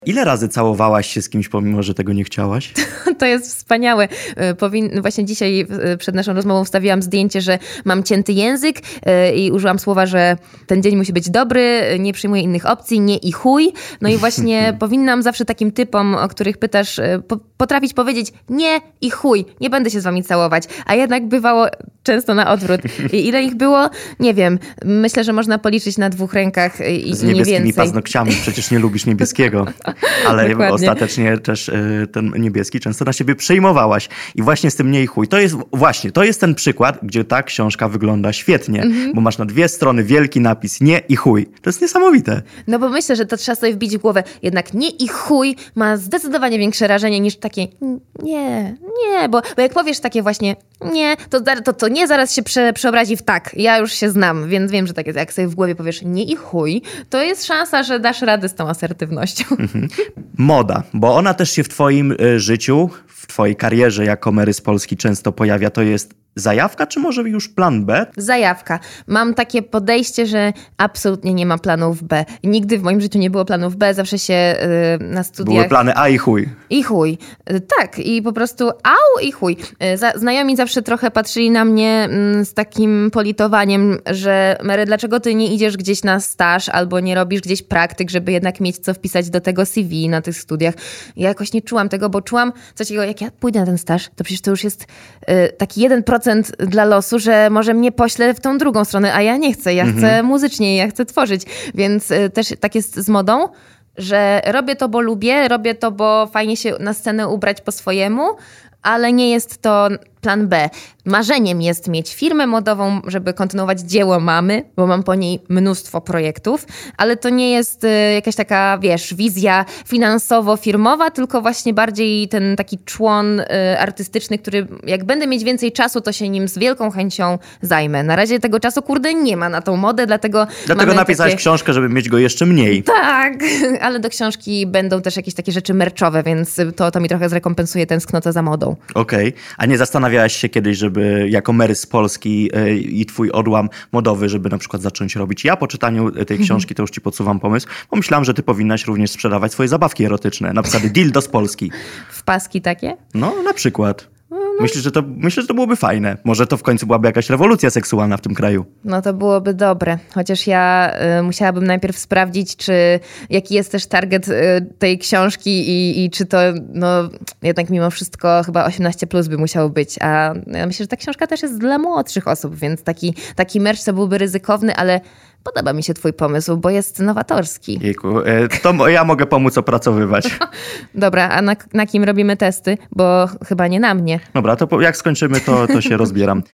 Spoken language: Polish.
Ile razy całowałaś się z kimś, pomimo że tego nie chciałaś? To jest wspaniałe. Właśnie dzisiaj przed naszą rozmową wstawiłam zdjęcie, że mam cięty język i użyłam słowa, że ten dzień musi być dobry, nie przyjmuję innych opcji, nie i chuj. No i właśnie powinnam zawsze takim typom, o których pytasz, potrafić powiedzieć nie i chuj, nie będę się z wami całować. A jednak bywało często na odwrót. I ile ich było? Nie wiem. Myślę, że można policzyć na 2 rękach i nie więcej. Z niebieskimi paznokciami, przecież nie lubisz niebieskiego. Ale dokładnie. Ostatecznie też ten niebieski często na siebie przejmowałaś. I właśnie z tym nie i chuj. To jest ten przykład, gdzie ta książka wygląda świetnie. Bo masz na 2 strony wielki napis nie i chuj. To jest niesamowite. No bo myślę, że to trzeba sobie wbić w głowę. Jednak nie i chuj ma zdecydowanie większe rażenie niż takie nie. Bo jak powiesz takie właśnie nie, to nie zaraz się przeobrazi w tak. Ja już się znam, więc wiem, że tak jest. Jak sobie w głowie powiesz nie i chuj, to jest szansa, że dasz radę z tą asertywnością. Moda, bo ona też się w twoim życiu, w twojej karierze jako Mary z Polski często pojawia. To jest zajawka, czy może już plan B? Zajawka. Mam takie podejście, że absolutnie nie ma planów B. Nigdy w moim życiu nie było planów B. Zawsze się na studiach... Były plany A i chuj. I chuj. Tak. I po prostu au i chuj. Znajomi zawsze trochę patrzyli na mnie z takim politowaniem, że Mary, dlaczego ty nie idziesz gdzieś na staż albo nie robisz gdzieś praktyk, żeby jednak mieć co wpisać do tego CV na tych studiach. Ja jakoś nie czułam tego, bo czułam coś takiego, jak ja pójdę na ten staż, to przecież to już jest taki 1% dla losu, że może mnie pośle w tą drugą stronę, a ja nie chcę. Ja chcę muzycznie, ja chcę tworzyć. Więc też tak jest z modą, że robię to, bo lubię, robię to, bo fajnie się na scenę ubrać po swojemu, ale nie jest to plan B. Marzeniem jest mieć firmę modową, żeby kontynuować dzieło mamy, bo mam po niej mnóstwo projektów, ale to nie jest jakaś taka, wizja finansowo-firmowa, tylko właśnie bardziej ten taki człon artystyczny, który jak będę mieć więcej czasu, to się nim z wielką chęcią zajmę. Na razie tego czasu, nie ma na tą modę, dlatego napisałeś książkę, żeby mieć go jeszcze mniej. Tak, ale do książki będą też jakieś takie rzeczy merczowe, więc to mi trochę zrekompensuje tęsknotę za modą. Okej. A nie zastanawiałaś się kiedyś, żeby jako Mary z Polski i twój odłam modowy, żeby na przykład zacząć robić? Ja po czytaniu tej książki to już ci podsuwam pomysł. Pomyślałam, że ty powinnaś również sprzedawać swoje zabawki erotyczne. Na przykład dildo z Polski. W paski takie? No, na przykład. Myślę, że to byłoby fajne. Może to w końcu byłaby jakaś rewolucja seksualna w tym kraju. No to byłoby dobre. Chociaż ja musiałabym najpierw sprawdzić, jaki jest też target tej książki i czy to jednak mimo wszystko chyba 18+ by musiało być. A ja myślę, że ta książka też jest dla młodszych osób, więc taki merch to byłby ryzykowny, ale podoba mi się twój pomysł, bo jest nowatorski. Jejku, to ja mogę pomóc opracowywać. Dobra, a na kim robimy testy? Bo chyba nie na mnie. Dobra, to jak skończymy, to się rozbieram.